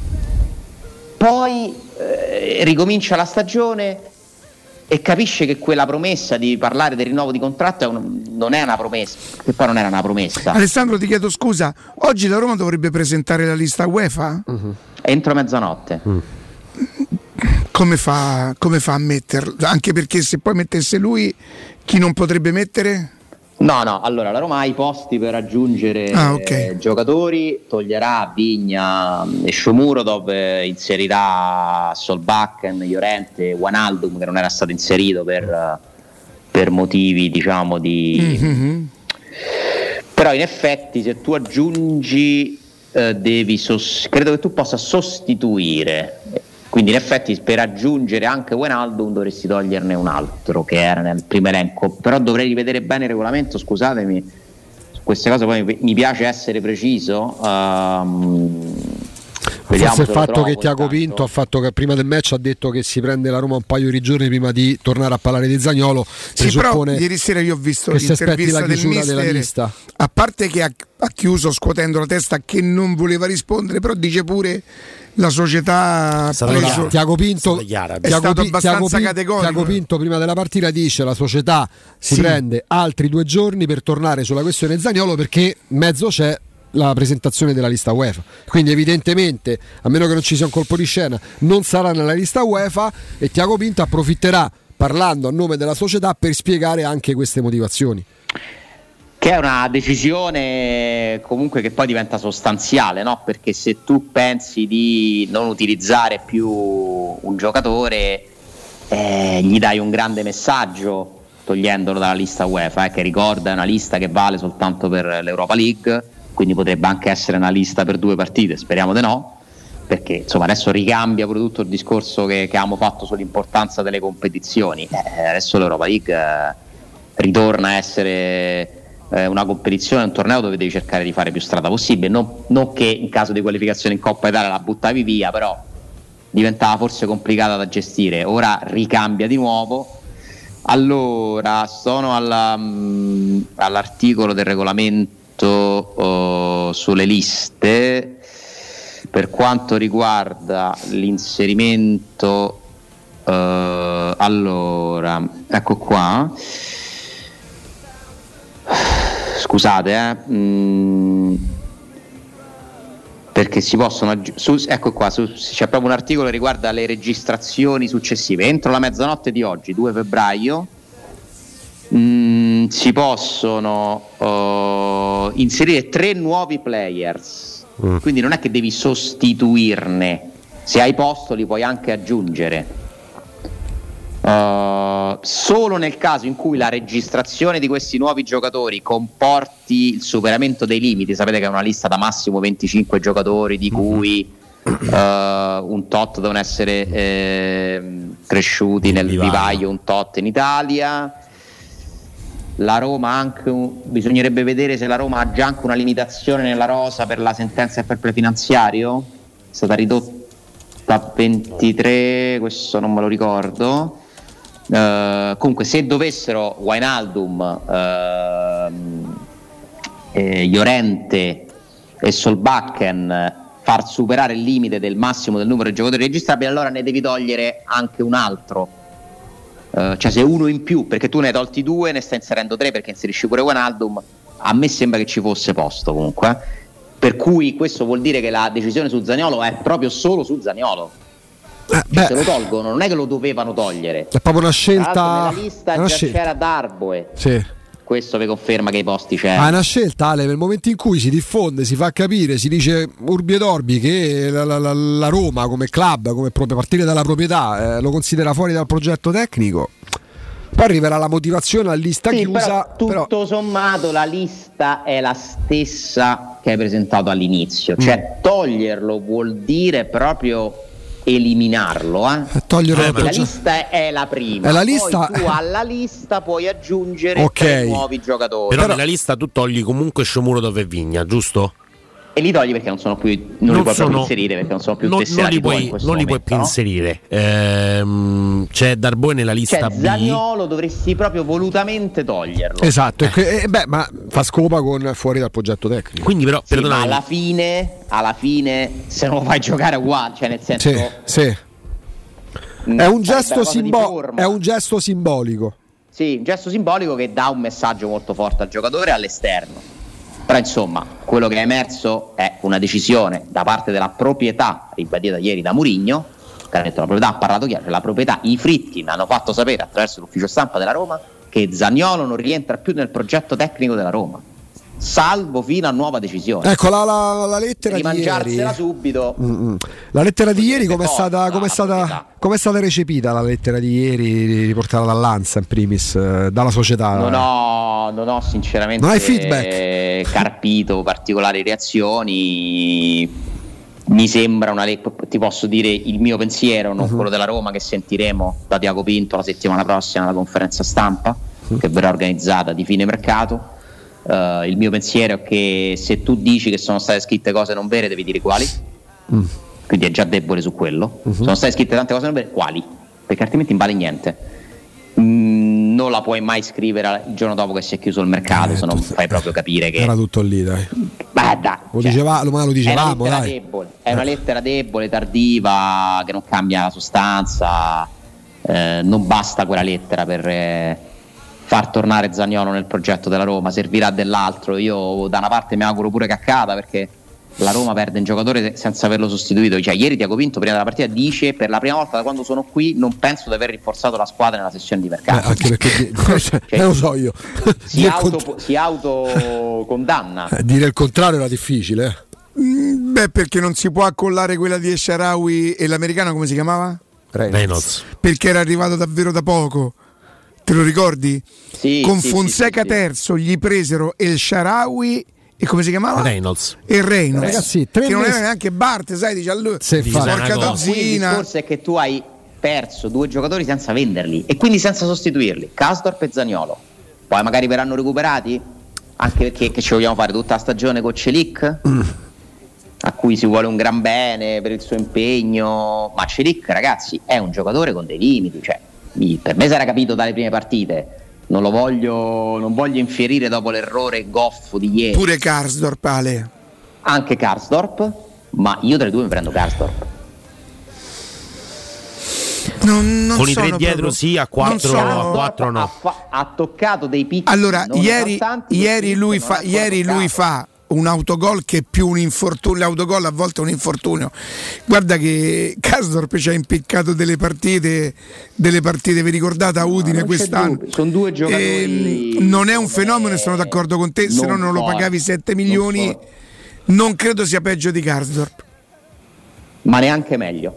Poi ricomincia la stagione e capisce che quella promessa di parlare del rinnovo di contratto non è una promessa, che poi non era una promessa. Alessandro, ti chiedo scusa, oggi la Roma dovrebbe presentare la lista UEFA? Entro mezzanotte. Come fa a metterlo? Anche perché se poi mettesse lui, chi non potrebbe mettere? No, allora la Roma ha i posti per aggiungere giocatori, toglierà Vigna e Sciomuro, dove inserirà Solbakken, Llorente, Wijnaldum, che non era stato inserito per motivi diciamo di però in effetti se tu aggiungi credo che tu possa sostituire. Quindi in effetti per aggiungere anche Wijnaldum dovresti toglierne un altro che era nel primo elenco, però dovrei rivedere bene il regolamento, scusatemi, su queste cose poi mi piace essere preciso. Forse il fatto che Tiago Pinto ha fatto che prima del match ha detto che si prende la Roma un paio di giorni prima di tornare a parlare di Zaniolo. Sì, però ieri sera io ho visto l'intervista del mister, della lista. A parte che ha chiuso scuotendo la testa che non voleva rispondere, però dice pure la società Tiago Pinto è stato abbastanza categorico. Tiago Pinto prima della partita dice la società si prende altri 2 giorni per tornare sulla questione Zaniolo perché mezzo c'è la presentazione della lista UEFA, quindi evidentemente a meno che non ci sia un colpo di scena non sarà nella lista UEFA e Tiago Pinto approfitterà parlando a nome della società per spiegare anche queste motivazioni, che è una decisione comunque che poi diventa sostanziale, no? Perché se tu pensi di non utilizzare più un giocatore gli dai un grande messaggio togliendolo dalla lista UEFA, che ricorda è una lista che vale soltanto per l'Europa League, quindi potrebbe anche essere una lista per 2 partite, speriamo di no, perché insomma adesso ricambia pure tutto il discorso che abbiamo fatto sull'importanza delle competizioni. Adesso l'Europa League ritorna a essere una competizione, un torneo dove devi cercare di fare più strada possibile, non che in caso di qualificazione in Coppa Italia la buttavi via, però diventava forse complicata da gestire. Ora ricambia di nuovo. Allora sono all'articolo del regolamento sulle liste per quanto riguarda l'inserimento. Allora ecco qua, scusate, perché si possono ecco qua, c'è proprio un articolo che riguarda le registrazioni successive. Entro la mezzanotte di oggi, 2 febbraio, si possono inserire 3 nuovi players, quindi non è che devi sostituirne, se hai posto li puoi anche aggiungere. Solo nel caso in cui la registrazione di questi nuovi giocatori comporti il superamento dei limiti. Sapete che è una lista da massimo 25 giocatori, di cui un tot devono essere cresciuti nel vivaio, un tot in Italia. La Roma anche bisognerebbe vedere se la Roma ha già anche una limitazione nella rosa per la sentenza del fair play finanziario, è stata ridotta a 23, questo non me lo ricordo. Comunque se dovessero Wijnaldum, Llorente e Solbakken far superare il limite del massimo del numero di giocatori registrabili, allora ne devi togliere anche un altro, cioè se uno in più, perché tu ne hai tolti 2, ne stai inserendo 3 perché inserisci pure Wijnaldum. A me sembra che ci fosse posto comunque, per cui questo vuol dire che la decisione su Zaniolo è proprio solo su Zaniolo. Se lo tolgono, non è che lo dovevano togliere, è proprio una scelta. Nella lista c'era Darboe. Sì. Questo vi conferma che i posti c'erano. È una scelta, Ale, nel momento in cui si diffonde, si fa capire, si dice urbi et orbi che la Roma come club, come partire dalla proprietà, lo considera fuori dal progetto tecnico. Poi arriverà la motivazione a lista chiusa. Tutto sommato la lista è la stessa che hai presentato all'inizio, cioè toglierlo vuol dire proprio eliminarlo, la lista è la prima, è la lista. Poi tu alla lista puoi aggiungere 3 nuovi giocatori, però nella lista tu togli comunque Shomurodov e Vigna, giusto? E li togli perché non sono più, non li puoi più inserire, perché non sono più tesserati, non li puoi più inserire. C'è Darboe nella lista B. Zaniolo dovresti proprio volutamente toglierlo. Esatto, ma fa scopa con fuori dal progetto tecnico. Quindi però ma alla fine se non lo fai giocare uguale, cioè nel senso sì. È un gesto simbolico. Sì, un gesto simbolico che dà un messaggio molto forte al giocatore e all'esterno. Però insomma, quello che è emerso è una decisione da parte della proprietà, ribadita ieri da Mourinho, che ha detto la proprietà, ha parlato chiaro, cioè la proprietà, i Fritti mi hanno fatto sapere attraverso l'ufficio stampa della Roma che Zaniolo non rientra più nel progetto tecnico della Roma, salvo fino a nuova decisione. Ecco la lettera di ieri. Subito. La lettera di ieri come è stata recepita la lettera di ieri riportata dall'Ansa in primis, dalla società? Non ho sinceramente carpito particolari reazioni. Mi sembra ti posso dire il mio pensiero, non quello della Roma, che sentiremo da Tiago Pinto la settimana prossima alla conferenza stampa che verrà organizzata di fine mercato. Il mio pensiero è che se tu dici che sono state scritte cose non vere, devi dire quali, quindi è già debole su quello. Sono state scritte tante cose non vere, quali? Perché altrimenti non vale niente. Non la puoi mai scrivere il giorno dopo che si è chiuso il mercato, se non fai proprio capire che era tutto lì, dai. Lo dicevamo, dai. È una lettera debole, tardiva, che non cambia la sostanza. Non basta quella lettera per far tornare Zaniolo nel progetto della Roma, servirà dell'altro. Io da una parte mi auguro pure che accada, perché la Roma perde un giocatore senza averlo sostituito. Cioè, ieri Tiago Pinto prima della partita dice: per la prima volta da quando sono qui non penso di aver rinforzato la squadra nella sessione di mercato. Anche perché lo so io. Si autocondanna. Dire il contrario era difficile. Perché non si può accollare quella di Esharawi e l'americano come si chiamava? Reynolds. Perché era arrivato davvero da poco. Te lo ricordi? Sì, con Fonseca terzo gli presero El Shaarawy e come si chiamava? Reynolds. E Reynolds. Ragazzi, che non era neanche Bart, sai, dice allora porca dozzina. Il discorso è che tu hai perso 2 giocatori senza venderli e quindi senza sostituirli, Karsdorp e Zaniolo. Poi magari verranno recuperati, anche perché ci vogliamo fare tutta la stagione con Celik, a cui si vuole un gran bene per il suo impegno, ma Celik, ragazzi, è un giocatore con dei limiti, cioè per me si era capito dalle prime partite, non voglio infierire dopo l'errore goffo di ieri. Pure Karsdorp, Ale. Anche Karsdorp, ma io tra i due mi prendo Karsdorp. Non con i tre dietro proprio, sì, a 4 no. Ha toccato dei picchi. Allora, ieri lui fa un autogol che è più un infortunio, l'autogol a volte è un infortunio. Guarda che Karsdorp ci ha impiccato delle partite, vi ricordate a Udine quest'anno? Sono due giocatori. Non è un fenomeno, sono d'accordo con te, se no non lo pagavi 7 milioni. Non credo sia peggio di Karsdorp. Ma neanche meglio.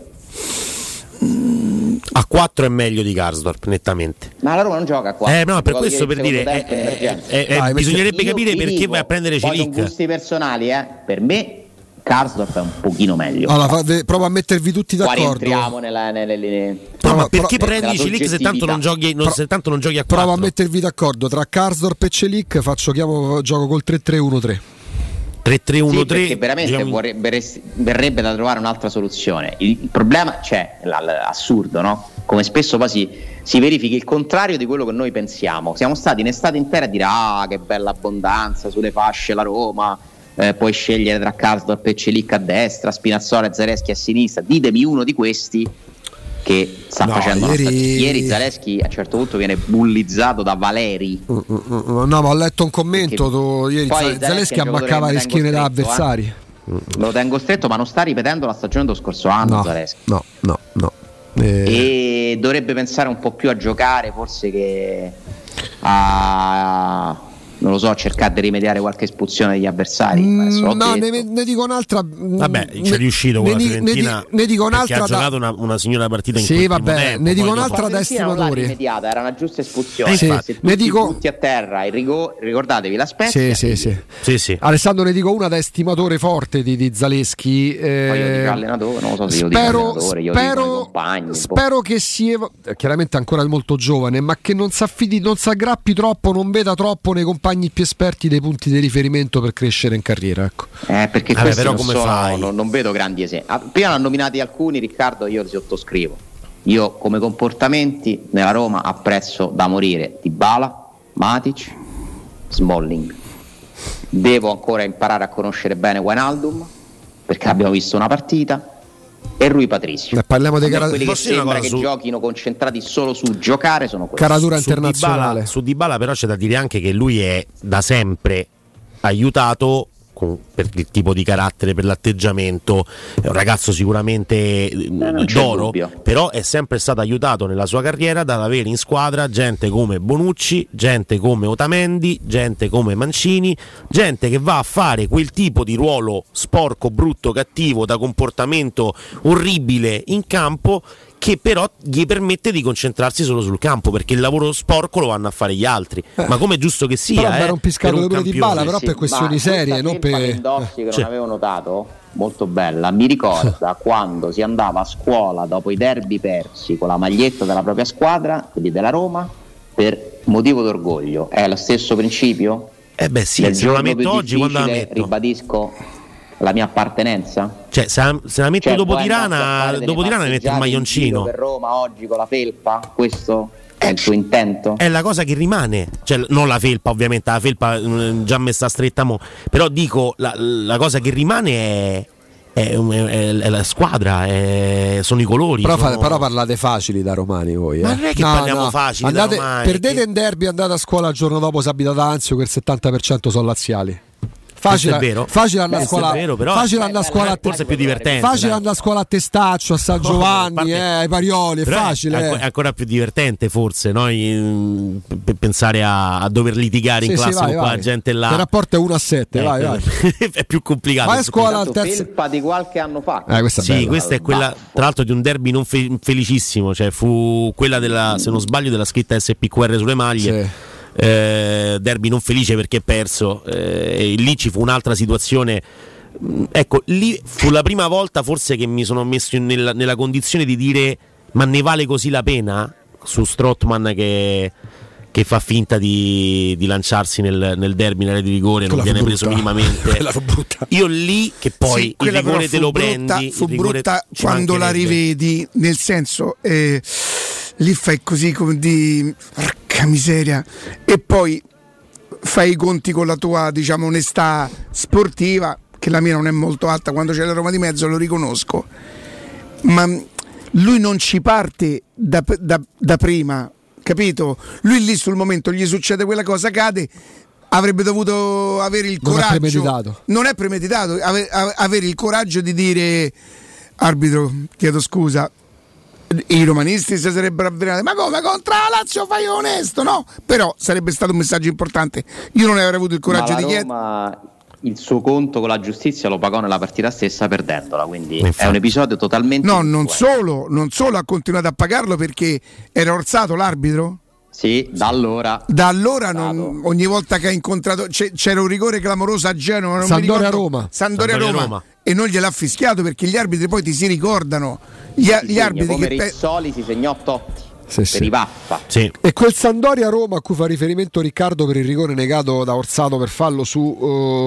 A 4 è meglio di Karsdorp, nettamente. Ma la Roma non gioca a 4. No, per questo per dire bisognerebbe capire perché vai a prendere Celic. Sono gusti personali, per me Karsdorp è un pochino meglio. Allora, provo a mettervi tutti d'accordo. Qua rientriamo nelle linee. Ma perché prendi Celic se tanto non giochi a 4? Provo a mettervi d'accordo tra Karsdorp e Celic, gioco col 3-3-1-3. 3-3-1-3 sì, perché veramente verrebbe da trovare un'altra soluzione. Il problema c'è, l'assurdo, no? Come spesso poi si verifica il contrario di quello che noi pensiamo. Siamo stati in estate intera a dire che bella abbondanza sulle fasce la Roma, puoi scegliere tra Karsdorp e Celic a destra, Spinazzola e Zalewski a sinistra. Ditemi uno di questi che sta facendo ieri Zalewski a un certo punto viene bullizzato da Valeri. No, ma ho letto un commento ieri Zalewski ammaccava le schiene da avversari. Lo tengo stretto, ma non sta ripetendo la stagione dello scorso anno Zalewski. No. E dovrebbe pensare un po' più a giocare, forse, che a non lo so, cercare di rimediare qualche espulsione degli avversari. Ne dico un'altra. Vabbè, c'è riuscito con la Fiorentina. Ne dico un'altra. Ha giocato una signora partita in sì, vabbè, tempo, ne dico un'altra da estimatori. Rimediata, era una giusta espulsione. Sì, se tutti a terra, il rigore, ricordatevi la Spezia. Sì. Alessandro, ne dico una da estimatore forte di Zalewski. Poi io dico allenatore, non lo so se io dico allenatore, io dico i compagni. Spero che chiaramente ancora molto giovane, ma che non si aggrappi troppo, non veda troppo nei compagni più esperti dei punti di riferimento per crescere in carriera, ecco. Perché questi non vedo grandi esempi. Prima ne hanno nominati alcuni, Riccardo, io li sottoscrivo. Io come comportamenti nella Roma apprezzo da morire Dybala, Matic, Smalling. Devo ancora imparare a conoscere bene Wijnaldum, perché abbiamo visto una partita, e Rui Patricio. Parliamo dei quelli che sembra che giochino concentrati solo su giocare sono questi. Caratura internazionale. Su Dybala però c'è da dire anche che lui è da sempre aiutato per il tipo di carattere, per l'atteggiamento, è un ragazzo sicuramente d'oro, però è sempre stato aiutato nella sua carriera dal avere in squadra gente come Bonucci, gente come Otamendi, gente come Mancini, gente che va a fare quel tipo di ruolo sporco, brutto, cattivo, da comportamento orribile in campo, che però gli permette di concentrarsi solo sul campo, perché il lavoro sporco lo vanno a fare gli altri, ma come è giusto che sia. Però era un piscato pure di bala, però per questioni serie, non per indossi che non avevo notato, molto bella, mi ricorda quando si andava a scuola dopo i derby persi con la maglietta della propria squadra, quelli della Roma, per motivo d'orgoglio. È lo stesso principio? Se la metto oggi, quando la metto, ribadisco la mia appartenenza. Cioè, se la metto dopo Tirana mi metto il maglioncino per Roma oggi con la felpa, questo è il tuo intento? È la cosa che rimane, cioè non la felpa, ovviamente la felpa già messa stretta però dico la cosa che rimane è la squadra, sono i colori. Però parlate facili da romani voi. Ma non è che parliamo facili da romani. Perdete in derby, andate a scuola il giorno dopo, si abita ad Anzio, che il 70% sono laziali. Facile andare a scuola, forse è più divertente. Facile andare a scuola a Testaccio, a San Giovanni, ai Parioli, è facile. È ancora più divertente forse, per pensare a dover litigare in classe con quella gente là. Il rapporto è 1-7, vai. È più complicato. Vai a scuola al felpa di qualche anno fa. Questa è quella, tra l'altro, di un derby non felicissimo, cioè fu quella della, se non sbaglio, della scritta SPQR sulle maglie. Sì. Derby non felice perché perso, e lì ci fu un'altra situazione. Ecco, lì fu la prima volta forse che mi sono messo nella condizione di dire: ma ne vale così la pena? Su Strootman che fa finta di lanciarsi nel derby, nell'area di rigore, non viene preso minimamente. Io lì, che poi il rigore te lo prendi, fu brutta quando la rivedi, nel senso, lì fai così come di porca miseria, e poi fai i conti con la tua, diciamo, onestà sportiva, che la mia non è molto alta, quando c'è la Roma di mezzo lo riconosco, ma lui non ci parte da prima, capito? Lui lì sul momento gli succede quella cosa, cade, avrebbe dovuto avere il coraggio, non è premeditato, avere il coraggio di dire: arbitro, chiedo scusa, i romanisti si sarebbero avvelenati, ma come contro la Lazio fai onesto, no? Però sarebbe stato un messaggio importante. Io non avrei avuto il coraggio di chiedere. Il suo conto con la giustizia lo pagò nella partita stessa perdendola, quindi è un episodio totalmente non solo ha continuato a pagarlo perché era orsato l'arbitro. Sì, da allora ogni volta che ha incontrato c'era un rigore clamoroso a Genova, Sampdoria Roma e non gliel'ha fischiato perché gli arbitri poi ti si ricordano gli arbitri come che Rizzoli si segnò Totti. Sì. Sì. E quel Sampdoria Roma a cui fa riferimento Riccardo per il rigore negato da Orsato per fallo su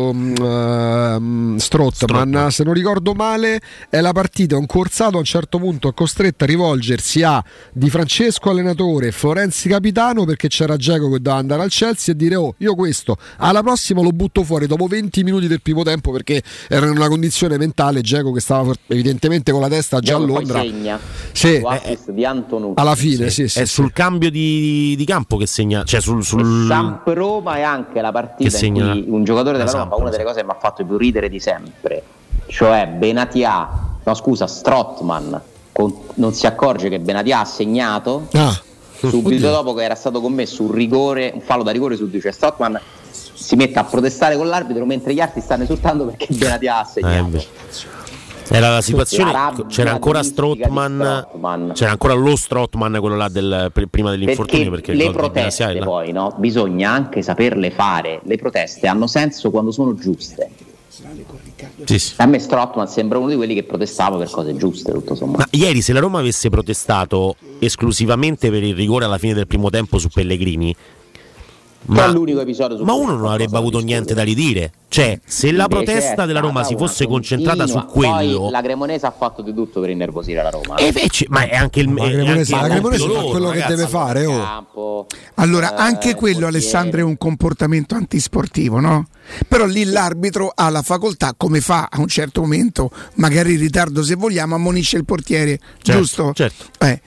Strootman, se non ricordo male, è la partita in cui Orsato a un certo punto è costretto a rivolgersi a Di Francesco allenatore, Florenzi capitano, perché c'era Dzeko che doveva andare al Chelsea, e dire: oh, io questo alla prossima lo butto fuori dopo 20 minuti del primo tempo, perché era in una condizione mentale Dzeko che stava evidentemente con la testa già a Londra. Sì, di Antonucci. Alla fine sì, è sul cambio di campo che segna, cioè sul Samp Roma è anche la partita in cui un giocatore della Roma fa una delle cose che mi ha fatto più ridere di sempre, cioè Strootman non si accorge che Benatia ha segnato subito dopo che era stato commesso un fallo da rigore su Duce. Strootman si mette a protestare con l'arbitro mentre gli altri stanno esultando perché Benatia ha segnato. Era la situazione, c'era ancora Strootman, c'era ancora lo Strootman, quello là prima dell'infortunio, perché le proteste poi bisogna anche saperle fare. Le proteste hanno senso quando sono giuste. Sì. A me Strootman sembra uno di quelli che protestava per cose giuste, tutto sommato. Ma ieri se la Roma avesse protestato esclusivamente per il rigore alla fine del primo tempo su Pellegrini, l'unico episodio ma uno non avrebbe avuto niente da ridire. Cioè, se la protesta della Roma si fosse concentrata su quello, poi la Cremonese ha fatto di tutto per innervosire la Roma. Ma è anche la Cremonese fa quello che deve fare. Allora, anche quello, Alessandro, è un comportamento antisportivo, no? Però lì l'arbitro ha la facoltà, come fa a un certo momento, magari in ritardo se vogliamo, ammonisce il portiere, giusto? Certo.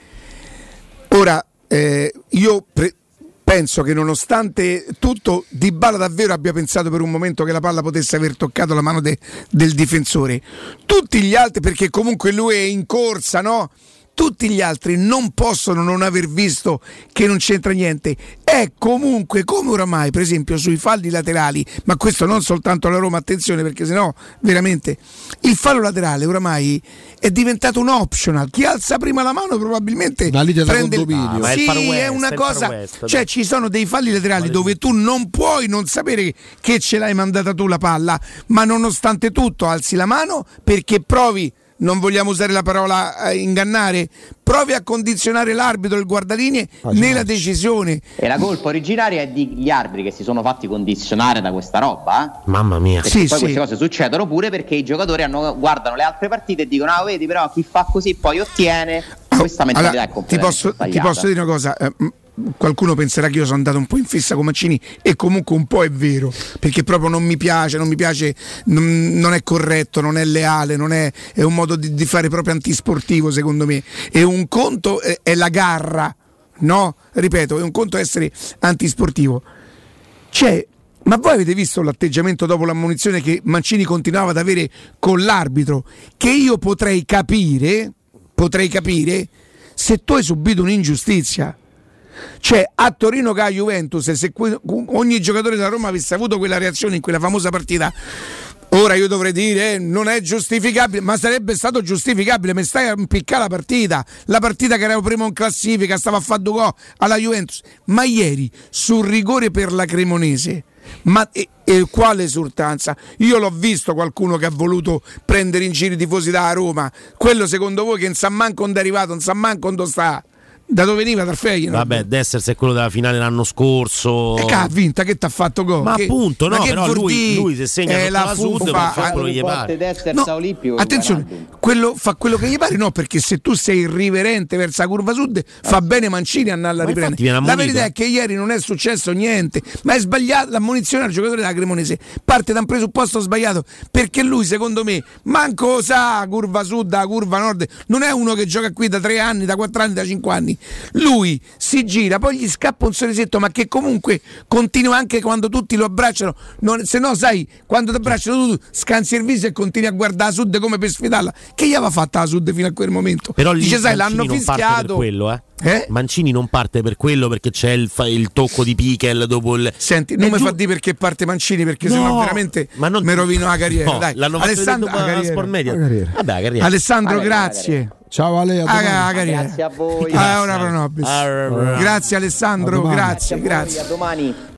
Ora, io penso che nonostante tutto Dybala davvero abbia pensato per un momento che la palla potesse aver toccato la mano del difensore. Tutti gli altri, perché comunque lui è in corsa, no? Tutti gli altri non possono non aver visto che non c'entra niente. È comunque come oramai, per esempio, sui falli laterali, ma questo non soltanto la Roma, attenzione, perché sennò veramente il fallo laterale oramai è diventato un optional. Chi alza prima la mano probabilmente prende il condominio. È una cosa, cioè ci sono dei falli laterali dove tu non puoi non sapere che ce l'hai mandata tu la palla, ma nonostante tutto alzi la mano perché provi, non vogliamo usare la parola ingannare, provi a condizionare l'arbitro, il guardalinee nella decisione. E la colpa originaria è degli arbitri che si sono fatti condizionare da questa roba. Mamma mia. Perché poi queste cose succedono pure perché i giocatori guardano le altre partite e dicono: vedi, però chi fa così poi ottiene. Questa mentalità è completamente ti posso dire una cosa, qualcuno penserà che io sono andato un po' in fissa con Mancini, e comunque un po' è vero, perché proprio non mi piace, non è corretto, non è leale, è un modo di fare proprio antisportivo, secondo me. E un conto è la garra, no? Ripeto, è un conto essere antisportivo. Ma voi avete visto l'atteggiamento dopo l'ammonizione che Mancini continuava ad avere con l'arbitro, che io potrei capire se tu hai subito un'ingiustizia. Cioè, a Torino che a Juventus, se ogni giocatore della Roma avesse avuto quella reazione in quella famosa partita, ora io dovrei dire non è giustificabile, ma sarebbe stato giustificabile. Mi stai a impiccare la partita che ero primo in classifica, stava a fare 2 gol alla Juventus. Ma ieri sul rigore per la Cremonese, ma quale esultanza? Io l'ho visto qualcuno che ha voluto prendere in giro i tifosi da Roma. Quello secondo voi che non sa manco onde è arrivato, non sa manco onde sta? Da dove veniva? Dal Feyenoord. Vabbè, Dessers è quello della finale l'anno scorso. E che ha vinta, che ti ha fatto gol? Ma che, appunto, no, ma però lui se segna la Sud fa quello che gli pare. No, attenzione, fa quello che gli pare, no, perché se tu sei irriverente verso la curva Sud, fa bene Mancini andare a riprendere. La verità è che ieri non è successo niente, ma è sbagliato l'ammonizione al giocatore della Cremonese. Parte da un presupposto sbagliato, perché lui, secondo me, manco sa curva Sud, la curva Nord, non è uno che gioca qui da 3 anni, da 4 anni, da 5 anni. Lui si gira, poi gli scappa un sorrisetto, ma che comunque continua anche quando tutti lo abbracciano. Se no, sai, quando ti abbracciano tu scansi il viso e continui a guardare la Sud come per sfidarla. Che gli aveva fatta la Sud fino a quel momento? Però dice, sai, l'hanno fischiato per quello, Mancini non parte per quello, perché c'è il tocco di Pichel dopo il... Senti, non mi fa dire perché parte Mancini, perché sennò veramente mi rovino la carriera. No, dai. l'hanno Alessandro, fatto Sport Media. Vabbè, carriera. Alessandro, grazie. Ciao Ale, grazie a voi. Ora pro nobis. Grazie Alessandro, grazie. A domani.